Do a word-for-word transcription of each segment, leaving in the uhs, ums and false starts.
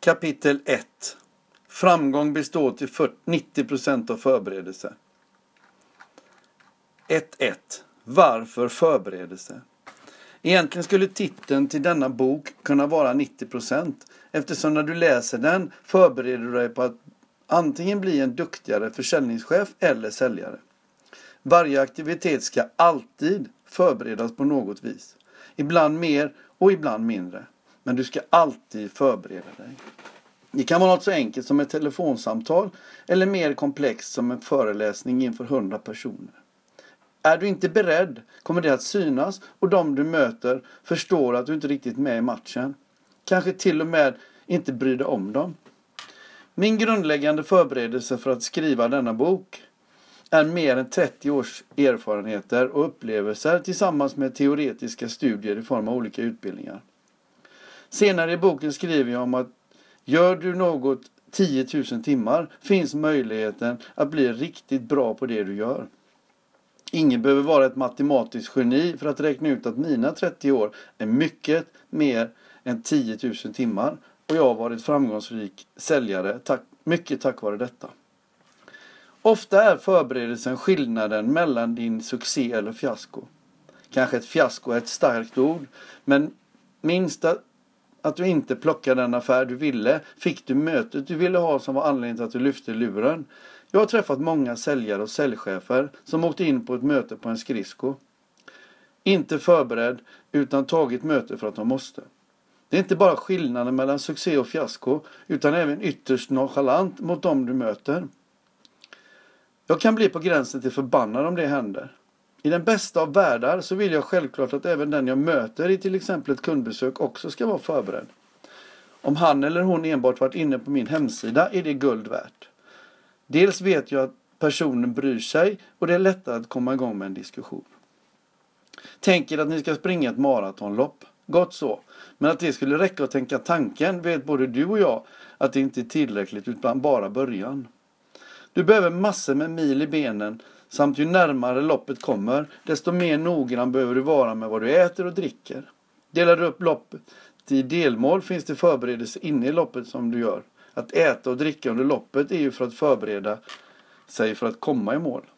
Kapitel ett. Framgång består till nittio procent av förberedelse. ett ett. Varför förberedelse? Egentligen skulle titeln till denna bok kunna vara nittio procent, eftersom när du läser den förbereder du dig på att antingen bli en duktigare försäljningschef eller säljare. Varje aktivitet ska alltid förberedas på något vis. Ibland mer och ibland mindre. Men du ska alltid förbereda dig. Det kan vara något så enkelt som ett telefonsamtal eller mer komplext som en föreläsning inför hundra personer. Är du inte beredd kommer det att synas och de du möter förstår att du inte riktigt är med i matchen. Kanske till och med inte bryr dig om dem. Min grundläggande förberedelse för att skriva denna bok är mer än trettio års erfarenheter och upplevelser tillsammans med teoretiska studier i form av olika utbildningar. Senare i boken skriver jag om att gör du något tio tusen timmar finns möjligheten att bli riktigt bra på det du gör. Ingen behöver vara ett matematiskt geni för att räkna ut att mina trettio år är mycket mer än tio tusen timmar och jag har varit framgångsrik säljare tack, mycket tack vare detta. Ofta är förberedelsen skillnaden mellan din succé eller fiasko. Kanske ett fiasko är ett starkt ord, men minst att, att du inte plockade den affär du ville fick du mötet du ville ha som var anledningen till att du lyfte luren. Jag har träffat många säljare och säljchefer som åkte in på ett möte på en skridsko. Inte förberedd utan tagit möte för att de måste. Det är inte bara skillnaden mellan succé och fiasko utan även ytterst nonchalant mot dem du möter. Jag kan bli på gränsen till förbannad om det händer. I den bästa av världar så vill jag självklart att även den jag möter i till exempel ett kundbesök också ska vara förberedd. Om han eller hon enbart varit inne på min hemsida är det guld värt. Dels vet jag att personen bryr sig och det är lättare att komma igång med en diskussion. Tänk er att ni ska springa ett maratonlopp. Gott så. Men att det skulle räcka att tänka tanken vet både du och jag att det inte är tillräckligt utan bara början. Du behöver massor med mil i benen samt ju närmare loppet kommer desto mer noggrann behöver du vara med vad du äter och dricker. Delar du upp loppet i delmål finns det förberedelse inne i loppet som du gör. Att äta och dricka under loppet är ju för att förbereda sig för att komma i mål.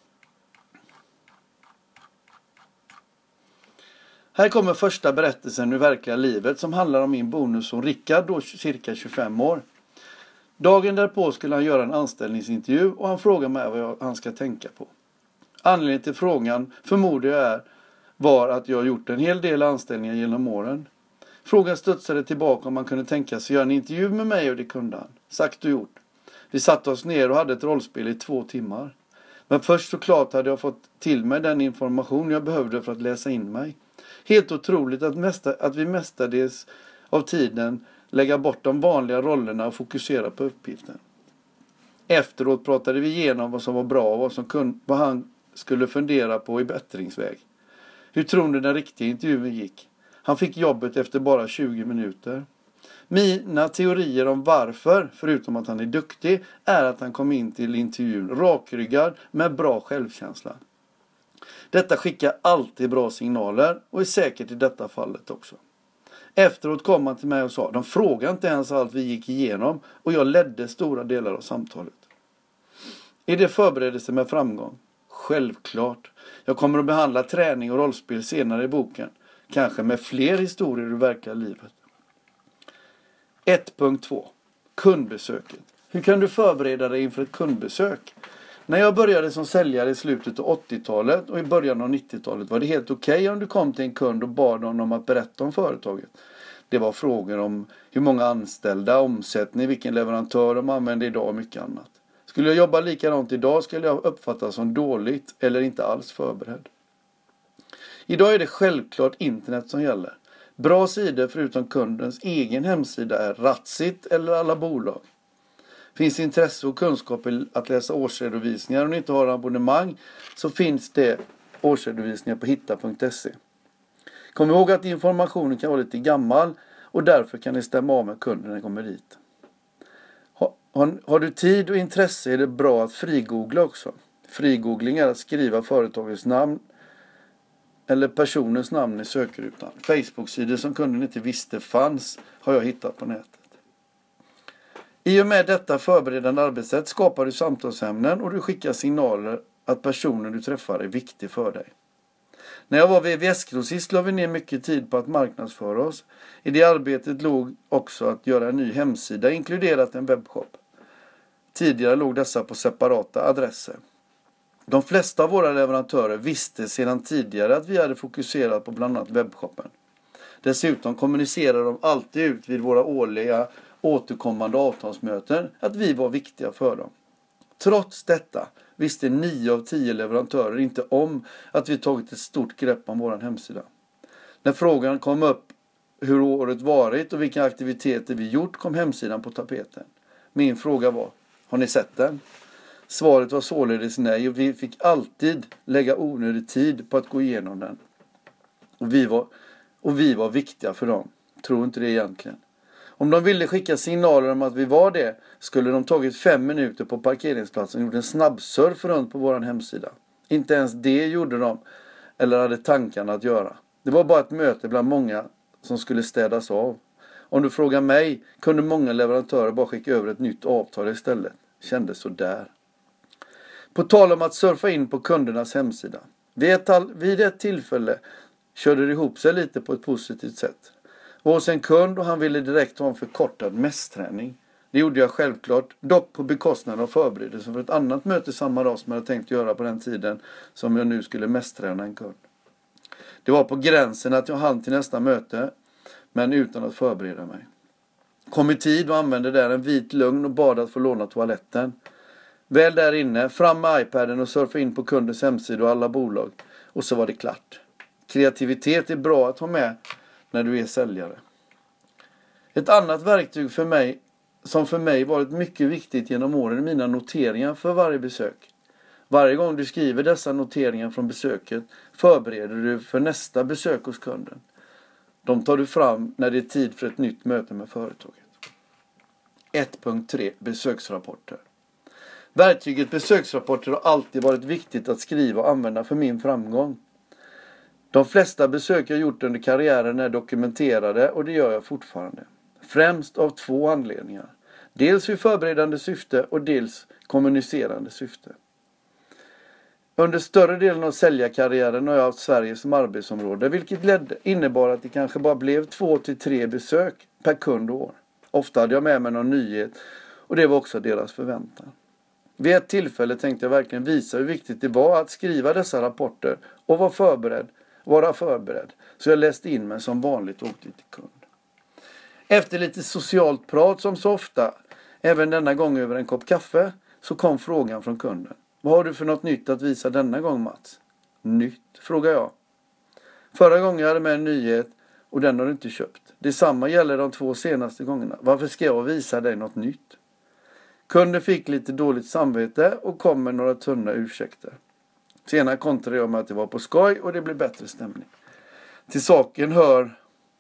Här kommer första berättelsen ur verkliga livet som handlar om min bonusson Rickard, då cirka tjugofem år. Dagen därpå skulle han göra en anställningsintervju och han frågar mig vad jag, han ska tänka på. Anledningen till frågan förmodar jag är, var att jag gjort en hel del anställningar genom åren. Frågan studsade tillbaka om man kunde tänka sig göra en intervju med mig och det kunde han. Sagt och gjort. Vi satte oss ner och hade ett rollspel i två timmar. Men först såklart hade jag fått till mig den information jag behövde för att läsa in mig. Helt otroligt att, mesta, att vi mestadels av tiden lägga bort de vanliga rollerna och fokusera på uppgiften. Efteråt pratade vi igenom vad som var bra och vad, som kunde, vad han skulle fundera på i bättringsväg. Hur tror du den riktiga intervjun gick? Han fick jobbet efter bara tjugo minuter. Mina teorier om varför, förutom att han är duktig, är att han kom in till intervjun rakryggad med bra självkänsla. Detta skickar alltid bra signaler och är säkert i detta fallet också. Efteråt kom han till mig och sa, de frågade inte ens allt vi gick igenom och jag ledde stora delar av samtalet. Är det förberedelse med framgång? Självklart. Jag kommer att behandla träning och rollspel senare i boken. Kanske med fler historier ur verkliga livet. ett punkt två. Kundbesöket. Hur kan du förbereda dig inför ett kundbesök? När jag började som säljare i slutet av åttiotalet och i början av nittiotalet var det helt okej okay om du kom till en kund och bad honom att berätta om företaget. Det var frågor om hur många anställda, omsättning, vilken leverantör de använder idag och mycket annat. Skulle jag jobba likadant idag skulle jag uppfattas som dåligt eller inte alls förberedd. Idag är det självklart internet som gäller. Bra sidor förutom kundens egen hemsida är Ratsit eller alla bolag. Finns intresse och kunskap att läsa årsredovisningar om ni inte har abonnemang så finns det årsredovisningar på hitta punkt se. Kom ihåg att informationen kan vara lite gammal och därför kan ni stämma av med kunden när den kommer hit. Har, har, har du tid och intresse är det bra att frigoogla också. Frigoogling är att skriva företagets namn eller personens namn i sökrutan. Facebook-sidor som kunden inte visste fanns har jag hittat på nätet. I och med detta förberedande arbetssätt skapar du samtalsämnen och du skickar signaler att personen du träffar är viktig för dig. När jag var V V S-grossist la vi ner mycket tid på att marknadsföra oss. I det arbetet låg också att göra en ny hemsida, inkluderat en webbshop. Tidigare låg dessa på separata adresser. De flesta av våra leverantörer visste sedan tidigare att vi hade fokuserat på bland annat webbshoppen. Dessutom kommunicerade de alltid ut vid våra årliga återkommande avtalsmöten att vi var viktiga för dem. Trots detta visste nio av tio leverantörer inte om att vi tagit ett stort grepp om vår hemsida. När frågan kom upp hur året varit och vilka aktiviteter vi gjort kom hemsidan på tapeten. Min fråga var, har ni sett den? Svaret var således nej och vi fick alltid lägga onödig tid på att gå igenom den. Och vi var, och vi var viktiga för dem. Tror inte det egentligen. Om de ville skicka signaler om att vi var det skulle de tagit fem minuter på parkeringsplatsen och gjort en snabbsurf runt på vår hemsida. Inte ens det gjorde de eller hade tankarna att göra. Det var bara ett möte bland många som skulle städas av. Om du frågar mig kunde många leverantörer bara skicka över ett nytt avtal istället. Kändes så där. På tal om att surfa in på kundernas hemsida. Vid ett, vid ett tillfälle körde det ihop sig lite på ett positivt sätt. Var hos en kund och han ville direkt ha en förkortad mässträning. Det gjorde jag självklart, dock på bekostnad av förberedelsen för ett annat möte samma dag som jag hade tänkt göra på den tiden som jag nu skulle mässträna en kund. Det var på gränsen att jag hann till nästa möte, men utan att förbereda mig. Kom i tid och använde där en vit lugn och bad att få låna toaletten. Väl där inne, fram med iPaden och surfa in på kundens hemsida och alla bolag. Och så var det klart. Kreativitet är bra att ha med när du är säljare. Ett annat verktyg för mig som för mig varit mycket viktigt genom åren är mina noteringar för varje besök. Varje gång du skriver dessa noteringar från besöket förbereder du för nästa besök hos kunden. De tar du fram när det är tid för ett nytt möte med företaget. ett punkt tre Besöksrapporter. Verktyget besöksrapporter har alltid varit viktigt att skriva och använda för min framgång. De flesta besök jag gjort under karriären är dokumenterade och det gör jag fortfarande. Främst av två anledningar. Dels i förberedande syfte och dels kommunicerande syfte. Under större delen av säljarkarriären har jag haft Sverige som arbetsområde, vilket ledde, innebar att det kanske bara blev två till tre besök per kund och år. Ofta hade jag med mig någon nyhet och det var också deras förväntan. Vid ett tillfälle tänkte jag verkligen visa hur viktigt det var att skriva dessa rapporter och vara förberedd, vara förberedd. Så jag läste in mig som vanligt och åkte till kund. Efter lite socialt prat som så ofta, även denna gång över en kopp kaffe, så kom frågan från kunden. Vad har du för något nytt att visa denna gång, Mats? Nytt, frågar jag. Förra gången jag hade med en nyhet och den har du inte köpt. Detsamma gäller de två senaste gångerna. Varför ska jag visa dig något nytt? Kunden fick lite dåligt samvete och kom med några tunna ursäkter. Senare kontrade jag med att det var på skoj och det blev bättre stämning. Till saken hör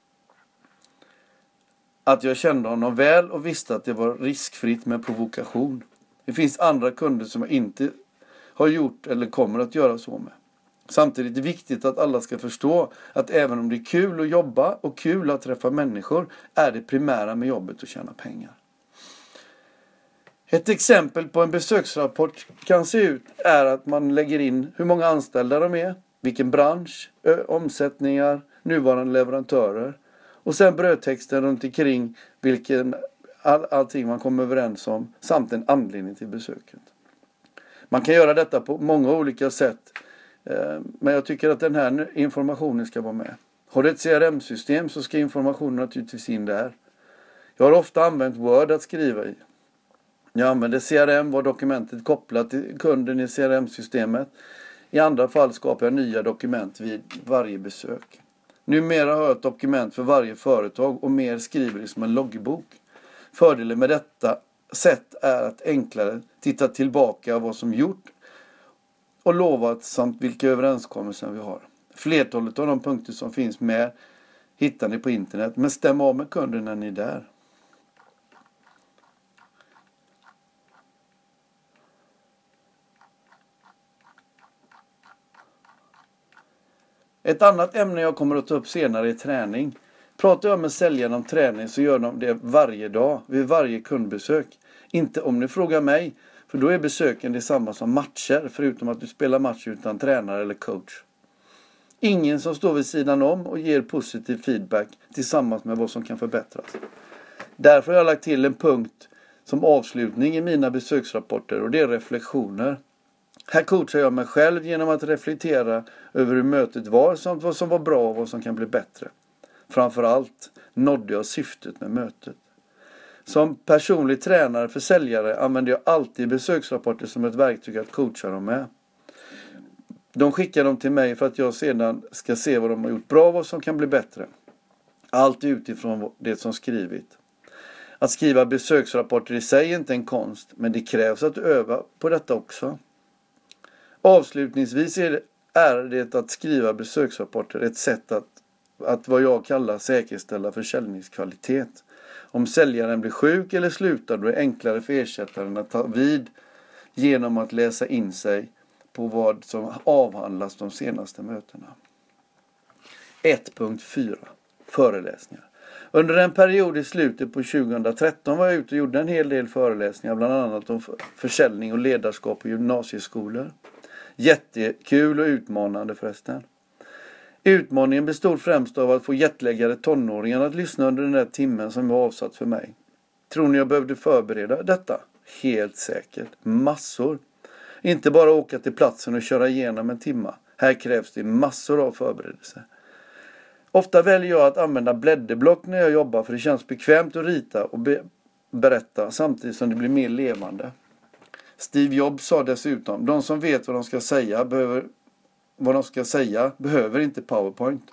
att jag kände honom väl och visste att det var riskfritt med provokation. Det finns andra kunder som jag inte har gjort eller kommer att göra så med. Samtidigt är det viktigt att alla ska förstå att även om det är kul att jobba och kul att träffa människor är det primära med jobbet att tjäna pengar. Ett exempel på en besöksrapport kan se ut är att man lägger in hur många anställda de är, vilken bransch, ö, omsättningar, nuvarande leverantörer och sen brödtexten runt omkring vilken all, allting man kommer överens om samt en anledning till besöket. Man kan göra detta på många olika sätt, eh, men jag tycker att den här informationen ska vara med. Har du ett C R M-system så ska informationen naturligtvis in där. Jag har ofta använt Word att skriva i. Jag använder C R M var dokumentet kopplat till kunden i C R M-systemet. I andra fall skapar jag nya dokument vid varje besök. Numera har jag ett dokument för varje företag och mer skriver det som en loggbok. Fördelen med detta sätt är att enklare titta tillbaka vad som gjort och lovat samt vilka överenskommelser vi har. Flertalet av de punkter som finns med hittar ni på internet, men stäm av med kunden när ni är där. Ett annat ämne jag kommer att ta upp senare är träning. Pratar jag med säljaren om träning så gör de det varje dag, vid varje kundbesök. Inte om ni frågar mig, för då är besöken detsamma som matcher, förutom att du spelar match utan tränare eller coach. Ingen som står vid sidan om och ger positiv feedback tillsammans med vad som kan förbättras. Därför har jag lagt till en punkt som avslutning i mina besöksrapporter, och det är reflektioner. Här coachar jag mig själv genom att reflektera över hur mötet var samt vad som var bra och vad som kan bli bättre. Framförallt nådde jag syftet med mötet. Som personlig tränare för säljare använder jag alltid besöksrapporter som ett verktyg att coacha dem med. De skickar dem till mig för att jag sedan ska se vad de har gjort bra och vad som kan bli bättre. Allt utifrån det som skrivit. Att skriva besöksrapporter i sig är inte en konst, men det krävs att öva på detta också. Avslutningsvis är det, är det att skriva besöksrapporter ett sätt att, att vad jag kallar säkerställa försäljningskvalitet. Om säljaren blir sjuk eller slutar, då är det enklare för ersättaren att ta vid genom att läsa in sig på vad som avhandlas de senaste mötena. ett punkt fyra. Föreläsningar. Under en period i slutet på tjugohundratretton var jag ute och gjorde en hel del föreläsningar, bland annat om försäljning och ledarskap på gymnasieskolor. Jättekul och utmanande förresten. Utmaningen bestod främst av att få jetläggare tonåringar att lyssna under den där timmen som var avsatt för mig. Tror ni jag behövde förbereda detta? Helt säkert. Massor. Inte bara åka till platsen och köra igenom en timma. Här krävs det massor av förberedelse. Ofta väljer jag att använda blädderblock när jag jobbar, för det känns bekvämt att rita och be- berätta samtidigt som det blir mer levande. Steve Jobs sa dessutom, de som vet vad de ska säga behöver, vad de ska säga, behöver inte PowerPoint.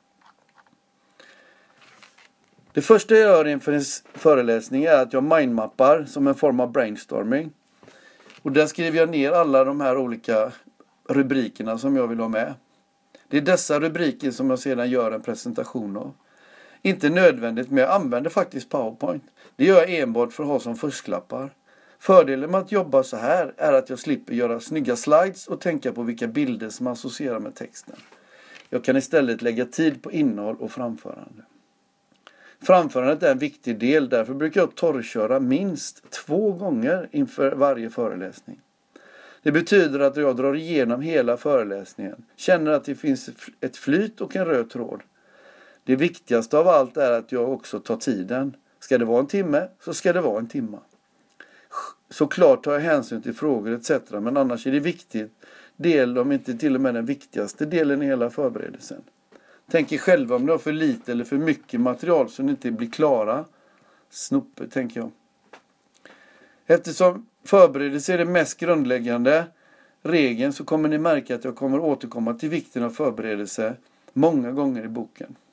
Det första jag gör inför en föreläsning är att jag mindmappar som en form av brainstorming. Och där skriver jag ner alla de här olika rubrikerna som jag vill ha med. Det är dessa rubriker som jag sedan gör en presentation av. Inte nödvändigt, men jag använder faktiskt PowerPoint. Det gör jag enbart för att ha som fusklappar. Fördelen med att jobba så här är att jag slipper göra snygga slides och tänka på vilka bilder som associerar med texten. Jag kan istället lägga tid på innehåll och framförande. Framförandet är en viktig del, därför brukar jag torrköra minst två gånger inför varje föreläsning. Det betyder att jag drar igenom hela föreläsningen, känner att det finns ett flyt och en röd tråd. Det viktigaste av allt är att jag också tar tiden. Ska det vara en timme, så ska det vara en timme. Såklart tar jag hänsyn till frågor et cetera, men annars är det viktigt del, om inte till och med den viktigaste delen i hela förberedelsen. Tänk er själva om du har för lite eller för mycket material så ni inte blir klara. Snoppe, tänker jag. Eftersom förberedelse är det mest grundläggande regeln, så kommer ni märka att jag kommer återkomma till vikten av förberedelse många gånger i boken.